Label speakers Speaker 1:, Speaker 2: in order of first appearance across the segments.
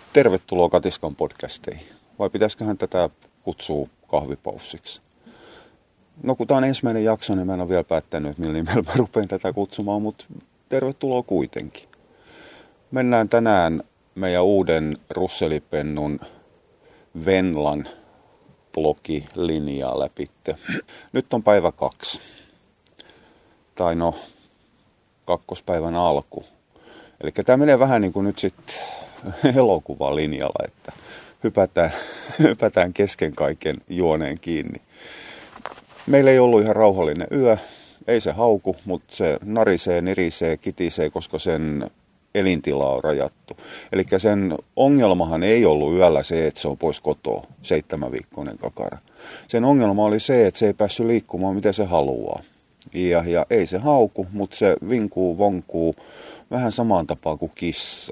Speaker 1: Tervetuloa Katiskan podcasteihin. Vai pitäisiköhän tätä kutsua kahvipaussiksi? No kun tämä on ensimmäinen jakso, niin mä en ole vielä päättänyt, millä nimellä mä rupean tätä kutsumaan, mutta tervetuloa kuitenkin. Mennään tänään meidän uuden Russelipennun Venlan blogilinjaa läpitte. Nyt on päivä 2. Tai no, kakkospäivän alku. Eli tämä menee vähän niin kuin nyt sitten elokuvalinjalla, että hypätään kesken kaiken juoneen kiinni. Meillä ei ollut ihan rauhallinen yö, ei se hauku, mutta se narisee, nirisee, kitisee, koska sen elintila on rajattu. Eli sen ongelmahan ei ollut yöllä se, että se on pois kotoa, 7-viikkoinen kakara. Sen ongelma oli se, että se ei päässyt liikkumaan, miten se haluaa. Ja ei se hauku, mutta se vinkuu, vonkuu vähän samaan tapaan kuin kissa.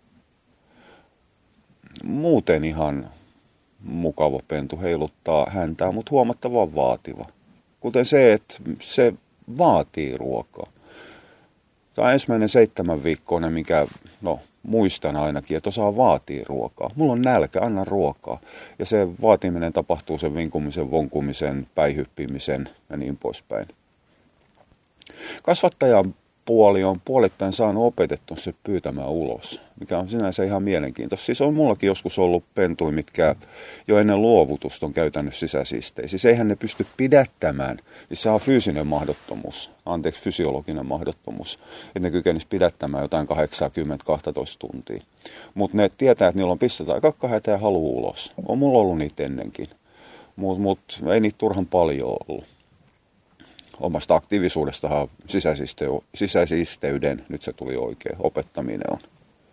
Speaker 1: Muuten ihan mukava pentu, heiluttaa häntää, mutta huomattavan vaativa. Kuten se, että se vaatii ruokaa. Tämä on ensimmäinen 7-viikkoinen, mikä, muistan ainakin, että osaa vaatii ruokaa. Mulla on nälkä, anna ruokaa. Ja se vaatiminen tapahtuu sen vinkumisen, vonkumisen, päihyppimisen ja niin poispäin. Kasvattajan puoli on puolittain saanut opetettu se pyytämään ulos, mikä on sinänsä ihan mielenkiintoista. Siis on mullakin joskus ollut pentuja, mitkä jo ennen luovutusta on käytänyt sisäsiisteissä. Siis eihän ne pysty pidättämään. Siis se on fysiologinen mahdottomuus, että ne kykenisi pidättämään jotain 8-10-12 tuntia. Mutta ne tietää, että niillä on pistä tai kakkahätä ja haluu ulos. On mulla ollut niitä ennenkin, mutta ei niitä turhan paljon ollut. Omasta aktiivisuudestahan sisäsiisteyden, nyt se tuli oikein, opettaminen on.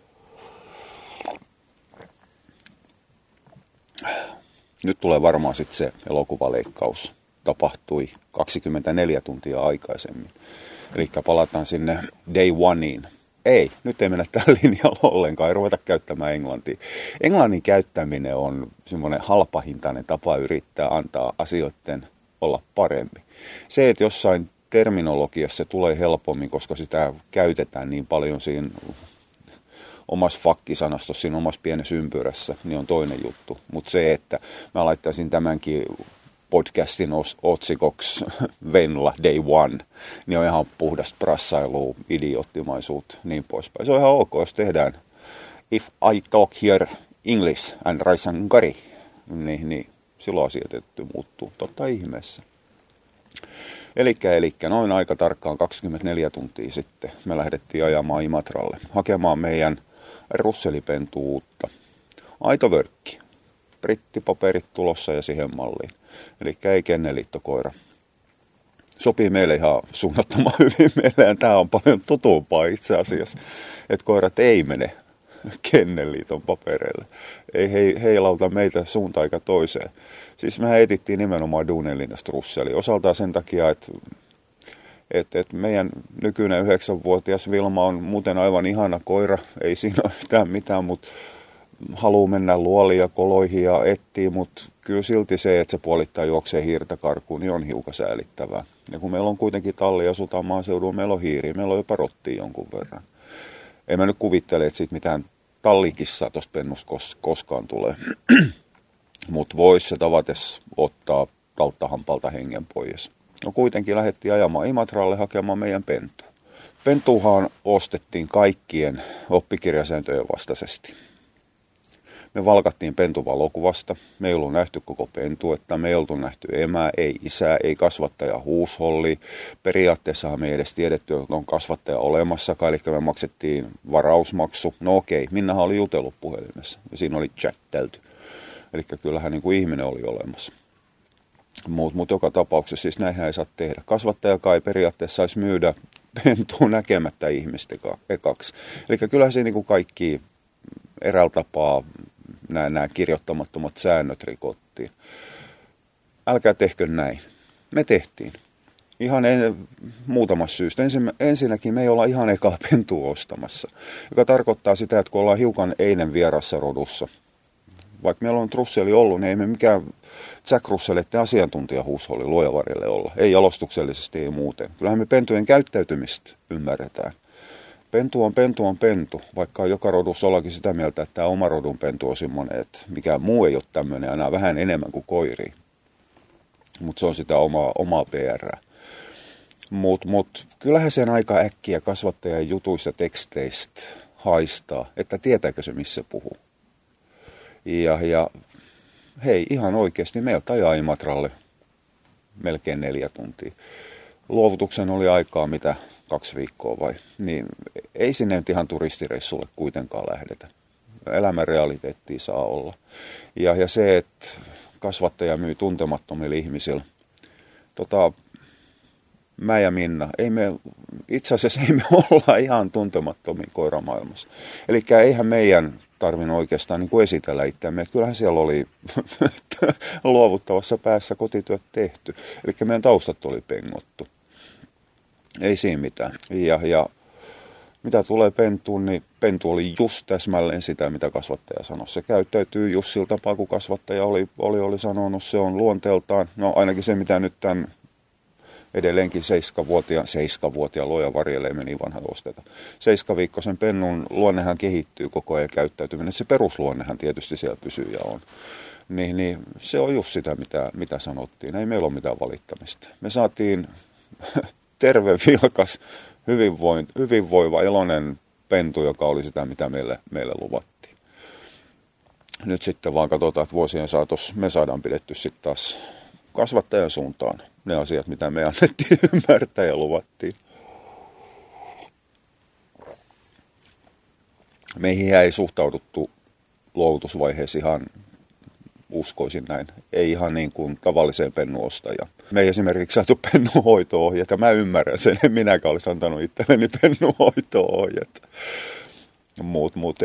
Speaker 1: Nyt tulee varmaan sitten se elokuvaleikkaus. Tapahtui 24 tuntia aikaisemmin. Eli palataan sinne day oneiin. Ei, nyt ei mennä tällä linjalla ollenkaan, ei ruveta käyttämään englantia. Englannin käyttäminen on semmoinen halpahintainen tapa yrittää antaa asioiden olla paremmin. Se, että jossain terminologiassa se tulee helpommin, koska sitä käytetään niin paljon siinä omassa fakkisanastossa, siinä omassa pienessä ympyrässä, niin on toinen juttu. Mutta se, että mä laittaisin tämänkin podcastin otsikoksi Venla Day One, niin on ihan puhdasta prassailua, idioottimaisuutta, niin poispäin. Se on ihan ok, jos tehdään if I talk here English and rice and curry, niin silloin asia tietty muuttuu totta ihmeessä. Elikkä noin aika tarkkaan 24 tuntia sitten me lähdettiin ajamaan Imatralle, hakemaan meidän russelipentuutta. Aito vörkki, brittipaperit tulossa ja siihen malliin. Elikkä ei kenneliittokoira. Sopii meille ihan suunnattoman hyvin meille, tämä on paljon tutumpaa itse asiassa, että koirat ei mene Kennelliiton papereille. Ei heilauta meitä suuntaan eikä toiseen. Siis mehän etittiin nimenomaan duunelinnasta Russellia. Osaltaan sen takia, että meidän nykyinen 9-vuotias Vilma on muuten aivan ihana koira. Ei siinä ole yhtään mitään, mutta haluaa mennä luoliin ja koloihin ja etsii, mutta kyllä silti se, että se puolittain juoksee hiirtä karkuun, niin on hiukan säälittävää. Ja kun meillä on kuitenkin talli, asutaan maaseudulla, meillä on hiiriä, meillä on jopa rottia jonkun verran. En mä nyt kuvittele, että siitä mitään tallikissaa tuosta pennusta koskaan tulee. Mutta voisi se tavatessa ottaa talttahampalta hengen pois. No kuitenkin lähdettiin ajamaan Imatralle hakemaan meidän pentua. Pentuuhan ostettiin kaikkien oppikirjasääntöjen vastaisesti. Me valkattiin pentuvalokuvasta. Me ei ollut nähty koko pentuetta, me ei oltu nähty emää, ei isää, ei kasvattaja huusholli. Periaatteessahan me ei edes tiedetty, että on kasvattaja olemassakaan, eli me maksettiin varausmaksu. No okei, Minnahan oli jutellut puhelimessa ja siinä oli chattailtu. Eli kyllähän niin kuin ihminen oli olemassa. Mutta joka tapauksessa siis näinhän ei saa tehdä. Kasvattajakaan ei periaatteessa saisi myydä pentua näkemättä ihmistä ekaksi. Eli kyllähän siinä niin kuin kaikki eräällä tapaa nämä kirjoittamattomat säännöt rikottiin. Älkää tehkö näin. Me tehtiin. Ihan muutamasta syystä. Ensinnäkin me ei olla ihan ekaa pentua ostamassa, joka tarkoittaa sitä, että kun ollaan hiukan einen vierassa rodussa, vaikka meillä on Russeli ollut, niin ei me mikään Jack Russellette asiantuntijahuusholli luojavarille olla. Ei jalostuksellisesti, ei muuten. Kyllähän me pentujen käyttäytymistä ymmärretään. Pentu on pentu, vaikka joka rodussa ollakin sitä mieltä, että tämä oma rodun pentu on semmoinen, että mikään muu ei ole tämmöinen, aina vähän enemmän kuin koiri. Mutta se on sitä omaa PR. Mut kyllähän sen aika äkkiä kasvattajan jutuista teksteistä haistaa, että tietääkö se missä puhuu. Ja hei, ihan oikeasti meiltä ajaa Imatralle melkein 4 tuntia. Luovutuksen oli aikaa mitä 2 viikkoa vai, niin ei sinne nyt ihan turistireissulle kuitenkaan lähdetä. Elämän realiteettia saa olla. Ja se, että kasvattaja myy tuntemattomille ihmisille. Mä ja Minna, itse asiassa ei me olla ihan tuntemattomia koiramaailmassa. Eli eihän meidän tarvinnut oikeastaan niin kuin esitellä itseämme. Kyllähän siellä oli luovuttavassa päässä kotityöt tehty. Eli meidän taustat oli pengottu. Ei siinä mitään. Ja mitä tulee pentuun, niin pentu oli just täsmälleen sitä, mitä kasvattaja sanoi. Se käyttäytyy just sillä tapaa, kun kasvattaja oli sanonut. Se on luonteeltaan, no ainakin se, mitä nyt tämän edelleenkin 7-vuotiaan luoja varjelee, meni vanhat osteta. 7-viikkoisen pennun luonnehan kehittyy koko ajan käyttäytyminen. Se perusluonnehan tietysti siellä pysyy ja on. Niin se on just sitä, mitä sanottiin. Ei meillä ole mitään valittamista. Me saatiin terve, vilkas, hyvinvoiva, iloinen pentu, joka oli sitä, mitä meille luvattiin. Nyt sitten vaan katsotaan, että vuosien saatossa me saadaan pidetty sitten taas kasvattajan suuntaan ne asiat, mitä me annettiin ymmärtää ja luvattiin. Meihin ei suhtauduttu luovutusvaiheessa ihan, uskoisin näin, ei ihan niin kuin tavalliseen pennuostajaan. Me ei esimerkiksi saatu pennuhoito-ohjeet, ja mä ymmärrän sen, en minäkään olisi antanut itselleni pennuhoito-ohjeet. Mut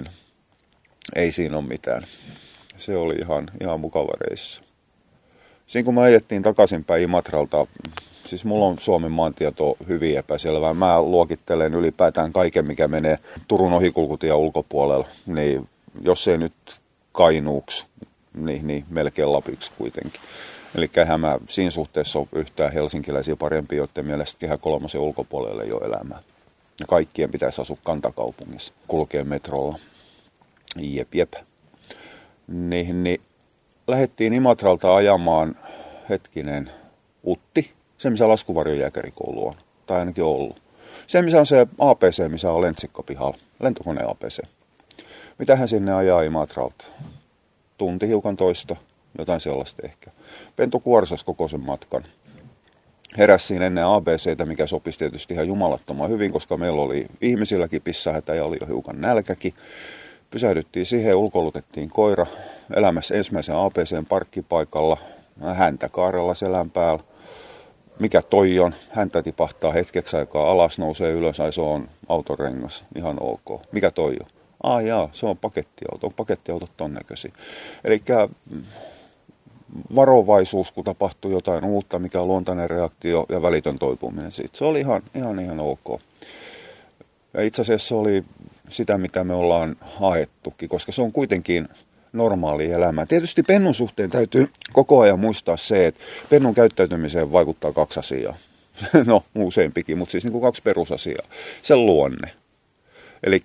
Speaker 1: ei siinä ole mitään. Se oli ihan mukava reissu. Siinä kun me ajettiin takaisinpäin Imatralta, siis mulla on Suomen maantieto hyvin epäselvää. Mä luokittelen ylipäätään kaiken, mikä menee Turun ohikulkutien ulkopuolella. Niin jos ei nyt Kainuuksi, niin melkein Lapiksi kuitenkin. Eli eihän mä siinä suhteessa ole yhtään helsinkiläisiä parempia, joiden mielestä Kehä kolmosen ulkopuolelle ei ole elämää. Ja kaikkien pitäisi asua kantakaupungissa, kulkea metrolla. Jep. Niin lähdettiin Imatralta ajamaan Utti, se missä laskuvarjojääkärikoulu on, tai ainakin ollut. Se missä on se APC, missä on lentsikkopihalla, lentokone APC. Mitähän sinne ajaa Imatralta? Tunti hiukan toista, jotain sellaista ehkä. Pentu kuorsasi koko sen matkan. Heräsi siinä ennen ABCtä, mikä sopisi tietysti ihan jumalattoman hyvin, koska meillä oli ihmisilläkin pissähätä ja oli jo hiukan nälkäkin. Pysähdyttiin siihen, ulkoilutettiin koira elämässä ensimmäisen ABCn parkkipaikalla, häntä kaarella selän päällä. Mikä toi on? Häntä tipahtaa hetkeksi aikaa alas, nousee ylös, ai se on autorengas, ihan ok. Mikä toi on? Se on pakettiauto, on pakettiautot ton näköisiä. Eli varovaisuus, kun tapahtuu jotain uutta, mikä on luontainen reaktio ja välitön toipuminen siitä. Se oli ihan ok. Ja itse asiassa se oli sitä, mitä me ollaan haettukin, koska se on kuitenkin normaali elämä. Tietysti pennun suhteen täytyy koko ajan muistaa se, että pennun käyttäytymiseen vaikuttaa 2 asiaa. No, useampikin, mutta siis niin kuin 2 perusasiaa. Sen luonne. Eli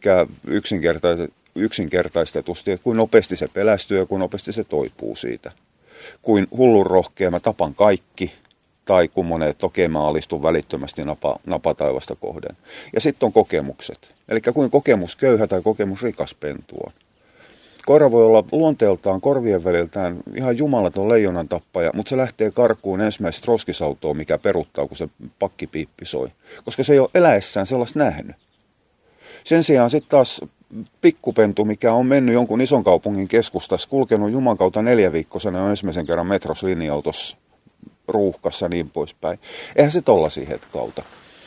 Speaker 1: yksinkertaistetusti, että kuin nopeasti se pelästyy ja kuin nopeasti se toipuu siitä. Kuin hullun rohkea, mä tapan kaikki, tai kun monet, okei mä alistun välittömästi napataivasta kohden. Ja sitten on kokemukset. Eli kuin kokemusköyhä tai kokemusrikas pentu on. Koira voi olla luonteeltaan, korvien väliltään ihan jumalaton leijonan tappaja, mutta se lähtee karkuun ensimmäisestä roskisautoa, mikä peruttaa, kun se pakkipiippi soi. Koska se ei ole eläessään sellaista nähnyt. Sen sijaan sitten taas pikkupentu, mikä on mennyt jonkun ison kaupungin keskustassa, kulkenut jumankauta 4-viikkosena jo ensimmäisen kerran metrossa, linja-autossa, ruuhkassa niin poispäin. Eihän se tollaisia hetkauta.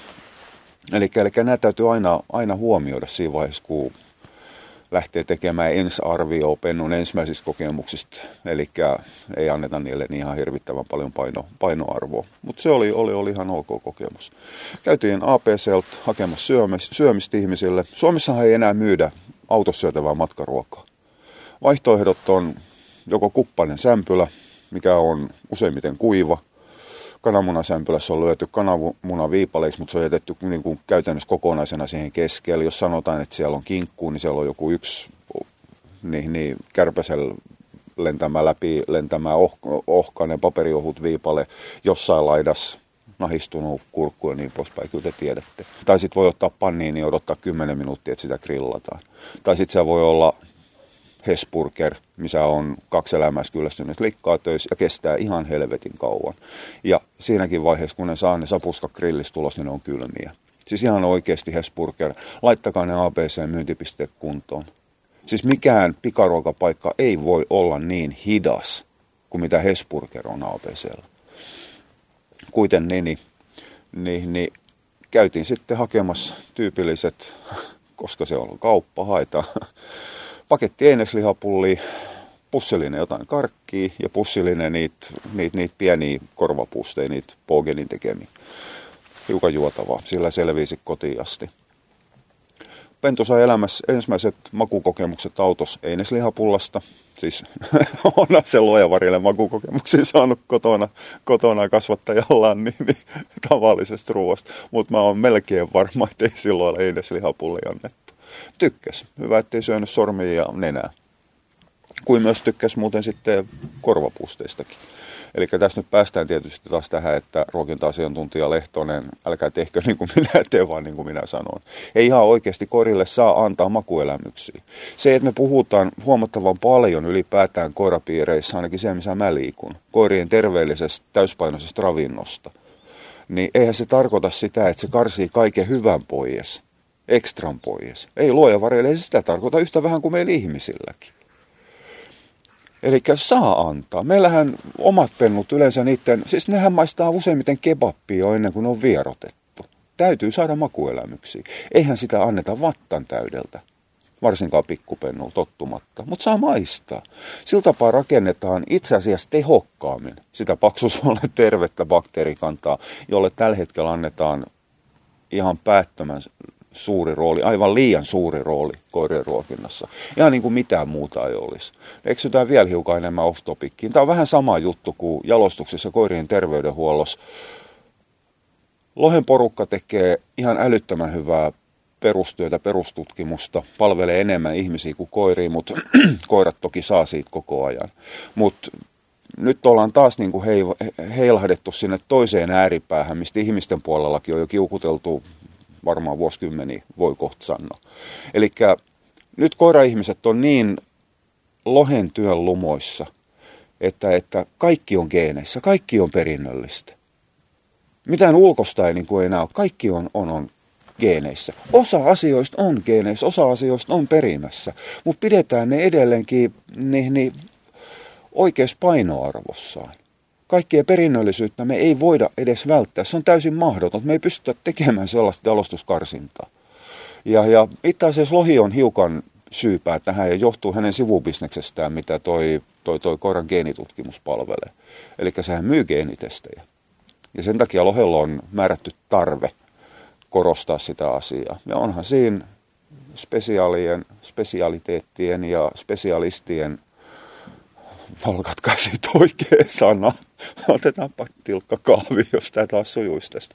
Speaker 1: Eli nämä täytyy aina huomioida siinä vaiheessa, kun lähtee tekemään ensiarvioa pennun ensimmäisistä kokemuksista. Eli ei anneta niille niin ihan hirvittävän paljon painoarvoa. Mutta se oli ihan ok kokemus. Käytiin APCltä hakemassa syömistä ihmisille. Suomessahan ei enää myydä autossa syötävää matkaruokaa. Vaihtoehdot on joko kuppainen sämpylä, mikä on useimmiten kuiva, kananmunasämpylässä on lyöty kananmunaviipaleiksi, mutta se on jätetty niin kuin käytännössä kokonaisena siihen keskelle. Jos sanotaan, että siellä on kinkku, niin siellä on joku yksi niin kärpäsellä lentämä ohkainen paperiohut viipale jossain laidassa, nahistunut kurkku ja niin poispäin, kyllä te tiedätte. Tai sitten voi ottaa panniin niin odottaa 10 minuuttia, että sitä grillataan. Tai sitten se voi olla Hesburger, missä on 2 elämässä kyllästynyt likkaa töissä ja kestää ihan helvetin kauan. Ja siinäkin vaiheessa, kun ne saa ne sapuskat grillistä tulos, niin ne on kylmiä. Siis ihan oikeasti Hesburger, laittakaa ne ABC-myyntipisteet kuntoon. Siis mikään pikaruokapaikka ei voi olla niin hidas kuin mitä Hesburger on ABC:llä. Kuitenkin niin käytiin sitten hakemassa tyypilliset, koska se on kauppa, haetaan paketti eineslihapullia, pussillinen jotain karkkia ja pussillinen niitä pieniä korvapusteja, niitä Bogenin tekemiä. Hiukan juotavaa, sillä selviisi kotiin asti. Pentu sai elämässä ensimmäiset makukokemukset autossa eineslihapullasta. Siis onhan se luojavarille makukokemuksia saanut kotona kasvattajallaan niin tavallisesta ruoasta. Mutta mä oon melkein varma, että ei silloin ole eineslihapullia annettu. Tykkäs. Hyvä, ettei syönyt sormia ja nenää. Kuin myös tykkäs muuten sitten korvapusteistakin. Eli tässä nyt päästään tietysti taas tähän, että ruokinta-asiantuntija Lehtonen, älkää tehkö niin kuin minä teen, vaan niin kuin minä sanon. Ei ihan oikeasti koirille saa antaa makuelämyksiä. Se, että me puhutaan huomattavan paljon ylipäätään koirapiireissä, ainakin se, missä mä liikun, koirien terveellisestä, täyspainoisesta ravinnosta, niin eihän se tarkoita sitä, että se karsii kaiken hyvän pois, ekstran pois. Ei luojavarille, ei se sitä tarkoita yhtä vähän kuin meillä ihmisilläkin. Eli saa antaa. Meillähän omat pennut yleensä siis nehän maistaa useimmiten kebappia jo ennen kuin ne on vierotettu. Täytyy saada makuelämyksiä. Eihän sitä anneta vattan täydeltä, varsinkaan pikkupennua tottumatta, mutta saa maistaa. Sillä tapaa rakennetaan itse asiassa tehokkaammin sitä paksusuolen tervettä bakteerikantaa, jolle tällä hetkellä annetaan ihan päättömän suuri rooli, aivan liian suuri rooli koirien ruokinnassa. Ihan niin kuin mitään muuta ei olisi. Eksytään vielä hiukan enemmän off-topickiin. Tämä on vähän sama juttu kuin jalostuksessa koirien terveydenhuollossa. Lohen porukka tekee ihan älyttömän hyvää perustyötä, perustutkimusta, palvelee enemmän ihmisiä kuin koiria, mutta koirat toki saa siitä koko ajan. Mutta nyt ollaan taas niin kuin heilahdettu sinne toiseen ääripäähän, mistä ihmisten puolellakin on jo kiukuteltu varmaan vuosikymmeniä, voi kohta sanoa. Eli nyt koira-ihmiset on niin lohen työn lumoissa, että kaikki on geeneissä, kaikki on perinnöllistä. Mitään ulkosta ei, niin kuin ei näy, kaikki on geeneissä. Osa asioista on geeneissä, osa asioista on perimässä, mutta pidetään ne edelleenkin niin oikeassa painoarvossaan. Kaikkea perinnöllisyyttä me ei voida edes välttää. Se on täysin mahdoton. Me ei pystytä tekemään sellaista jalostuskarsintaa. Ja itse asiassa lohi on hiukan syypää tähän ja johtuu hänen sivubisneksestään, mitä toi koiran geenitutkimus palvelee. Eli sehän myy geenitestejä. Ja sen takia lohella on määrätty tarve korostaa sitä asiaa. Ja onhan siinä spesialiteettien ja spesialistien, valkatkaa siitä oikea sana. Otetaanpa tilkka kahvi, jos tämä taas sujuisi tästä.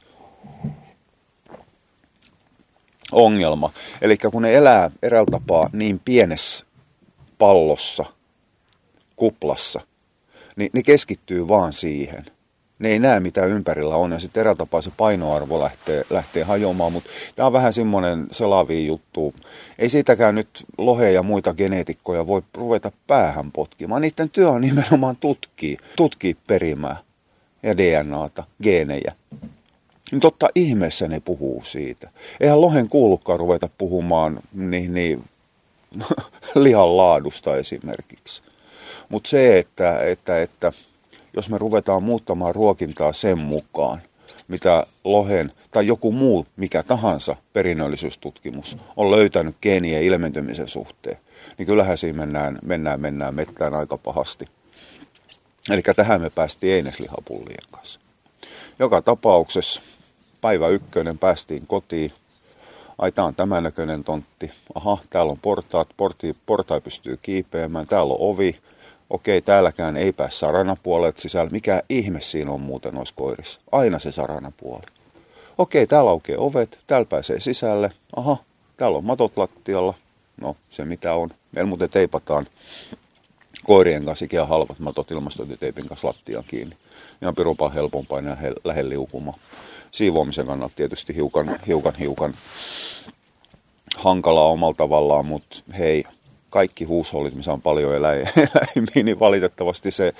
Speaker 1: Ongelma. Eli kun ne elää eräällä tapaa niin pienessä pallossa, kuplassa, niin ne keskittyy vaan siihen. Ne ei näe, mitä ympärillä on, ja sitten eräällä tapaa se painoarvo lähtee hajoamaan, mutta tämä on vähän semmoinen selavi juttu. Ei siitäkään nyt loheja ja muita geneetikkoja voi ruveta päähän potkimaan. Niiden työ on nimenomaan tutkia perimää ja DNAta, geenejä. Niin totta ihmeessä ne puhuu siitä. Eihän lohen kuulukaan ruveta puhumaan niin lihan laadusta esimerkiksi. Mutta se, että jos me ruvetaan muuttamaan ruokintaa sen mukaan, mitä lohen tai joku muu, mikä tahansa perinnöllisyystutkimus on löytänyt geenien ilmentymisen suhteen, niin kyllähän siinä mennään mettään aika pahasti. Eli tähän me päästiin eineslihapullien kanssa. Joka tapauksessa päivä 1 päästiin kotiin. Ai, tää on tämän näköinen tontti. Aha, täällä on portaat, portaita pystyy kiipeämään. Täällä on Okei, täälläkään ei pääse saranapuolet sisällä. Mikä ihme siinä on muuten noissa koirissa? Aina se saranapuoli. Okei, täällä aukeaa ovet, täällä pääsee sisälle. Aha, täällä on matot lattialla. No, se mitä on. Meillä muuten teipataan koirien kanssa ikään halvat matot ilmastointiteipin kanssa lattiaan kiinni. Ihan pirupaa helpompaa ja lähellä liukumaan. Siivoamisen kannalta tietysti hiukan hankalaa omalla tavallaan, mutta hei, kaikki huushollit, missä on paljon eläimiä, niin valitettavasti se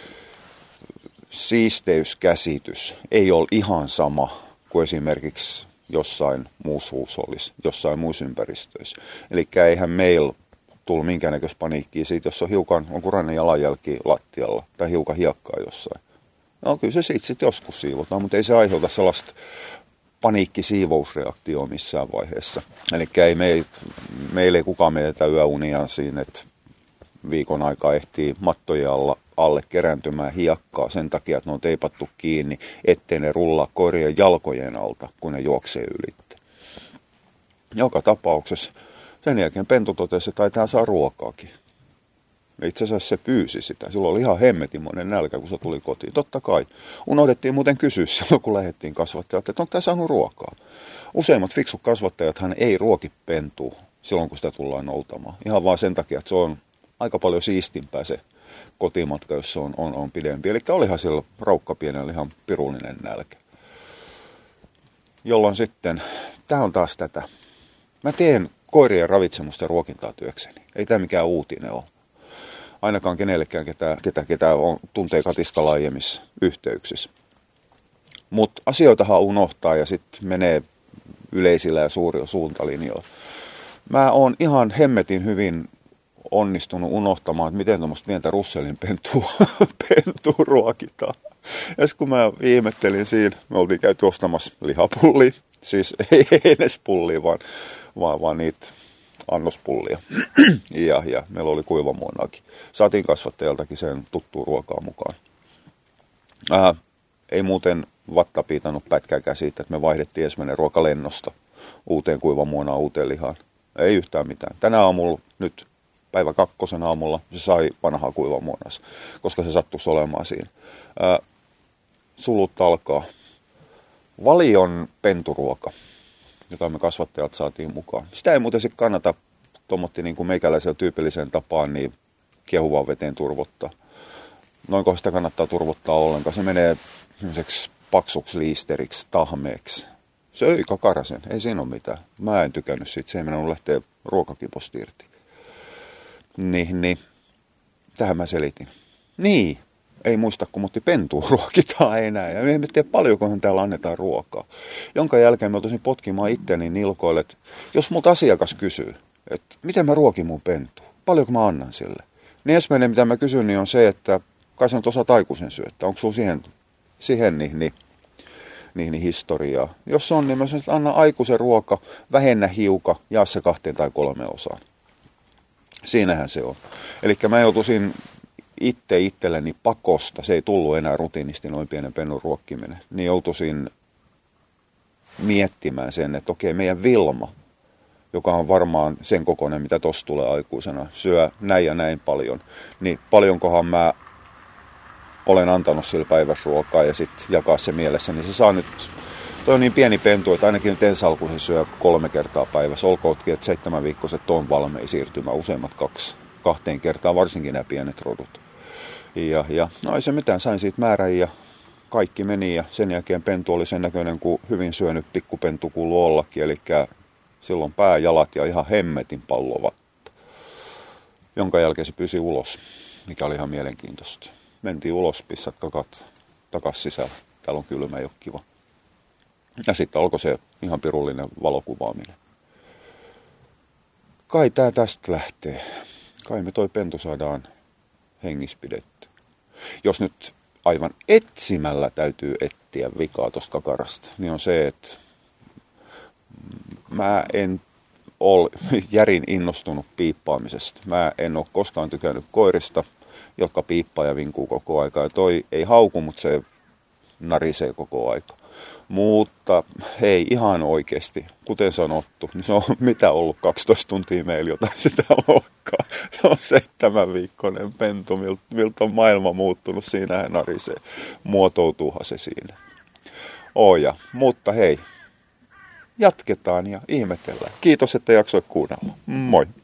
Speaker 1: siisteyskäsitys ei ole ihan sama kuin esimerkiksi jossain muussa huushollissa, jossain muissa ympäristöissä. Eli eihän meillä tullut minkäännäköistä paniikkiä siitä, jos on kurainen jalanjälki lattialla tai hiukan hiekkaa jossain. No kyllä se siitä sitten joskus siivotaan, mutta ei se aiheuta sellaista paniikkisiivousreaktioa missään vaiheessa. Eli meillä ei kukaan meitä yöuniaan siinä, että viikon aikaa ehtii mattojen alle kerääntymään hiekkaa sen takia, että ne on teipattu kiinni, ettei ne rullaa koirien jalkojen alta, kun ne juoksee ylitte. Joka tapauksessa sen jälkeen pentu totesi, että taitaa saa ruokaakin. Itse asiassa se pyysi sitä. Silloin oli ihan hemmetimoinen nälkä, kun se tuli kotiin. Totta kai. Unohdettiin muuten kysyä silloin, kun lähdettiin kasvattajat, että onko tämä saanut ruokaa. Useimmat fiksut kasvattajathan ei ruoki pentua silloin, kun sitä tullaan noutamaan. Ihan vaan sen takia, että se on aika paljon siistimpää se kotimatka, jos se on pidempi. Eli olihan siellä raukka pienellä ihan pirullinen nälkä. Jolloin sitten, tämä on taas tätä. Mä teen koirien ravitsemusta ja ruokintaa työkseni. Ei tämä mikään uutinen ole. Ainakaan kenellekään, ketä on, tuntee katiskalla aiemmissa yhteyksissä. Mutta asioitahan unohtaa ja sitten menee yleisillä ja suurilla suuntalinjoilla. Mä oon ihan hemmetin hyvin onnistunut unohtamaan, että miten tuommoista pientä Russellin pentua ruokitaan. Ja kun mä ihmettelin siinä, me oltiin käyty ostamassa lihapullia, siis ei edes pullia, vaan niitä annospullia. ja meillä oli kuivamuonaakin. Saatiin kasvattajaltakin sen tuttua ruokaa mukaan. Ei muuten vatta piitannut pätkääkään siitä, että me vaihdettiin ensimmäinen ruoka lennosta uuteen kuivamuonaan, uuteen lihaan. Ei yhtään mitään. Tänä aamulla, nyt päivä 2 aamulla, se sai vanhaa kuivamuonassa, koska se sattuisi olemaan siinä. Sulut alkaa. Valion penturuoka, jota me kasvattajat saatiin mukaan. Sitä ei muuten sitten kannata tuommoitti niin kuin meikäläisellä tyypilliseen tapaan niin kiehuvaan veteen turvottaa. Noinko sitä kannattaa turvottaa ollenkaan. Se menee sellaiseksi paksuksi liisteriksi, tahmeeksi. Söi kakarasen, ei siinä ole mitään. Mä en tykännyt siitä, se ei mennyt lähteä ruokakiposta irti. Niin, tähän mä selitin. Niin, ei muista, kun pentua ruokitaan enää. Ja me emme tiedä paljonkohan täällä annetaan ruokaa. Jonka jälkeen mä tosin potkimaan itteni nilkoille, että jos multa asiakas kysyy, että miten mä ruokin mun pentua, paljonko mä annan sille. Niin ensimmäinen, mitä mä kysyn, niin on se, että kai sä nyt osaat aikuisen syöttää. Onko sulla siihen niin historiaa? Jos on, niin mä sanon, että anna aikuisen ruoka, vähennä hiuka, jaa se 2 tai 3 osaan. Siinähän se on. Eli mä joutuisin itselleni pakosta, se ei tullut enää rutiinisti noin pienen pennun ruokkiminen, niin joutuisin miettimään sen, että okei, meidän Vilma, joka on varmaan sen kokoinen, mitä tossa tulee aikuisena, syö näin ja näin paljon, niin paljonkohan mä olen antanut sillä päiväsruokaa ja sitten jakaa se mielessä, niin se saa nyt, toi on niin pieni pentu, että ainakin nyt ensi alkuun se syö 3 kertaa päivässä, olkootkin, että 7-viikkoiset on valmiin siirtymään, useimmat 2 kertaa, varsinkin nämä pienet rodut. Ja no ei se mitään, sain siitä määrän ja kaikki meni ja sen jälkeen pentu oli sen näköinen, kuin hyvin syönyt pikkupentu kuuluu ollakin, eli silloin pää, jalat ja ihan hemmetin pallovatta, jonka jälkeen se pysyi ulos, mikä oli ihan mielenkiintoista. Mentiin ulos, pissat kakat takas sisällä, täällä on kylmä, ei ole kiva. Ja sitten alkoi se ihan pirullinen valokuvaaminen. Kai tää tästä lähtee. Kai me toi pentu saadaan hengissä pidetty. Jos nyt aivan etsimällä täytyy etsiä vikaa tuosta kakarasta, niin on se, että mä en ole järin innostunut piippaamisesta. Mä en ole koskaan tykännyt koirista, jotka piippaa ja vinkuu koko aika. Ja toi ei hauku, mutta se narisee koko aika. Mutta hei, ihan oikeasti, kuten sanottu, niin se on mitä ollut 12 tuntia meillä jotain sitä luokkaa. Se on 7-viikkoinen pentu, miltä on maailma muuttunut. Siinä hän narisee. Muotoutuuhan se siinä. Mutta hei, jatketaan ja ihmetellään. Kiitos, että jaksoit kuunnella. Moi!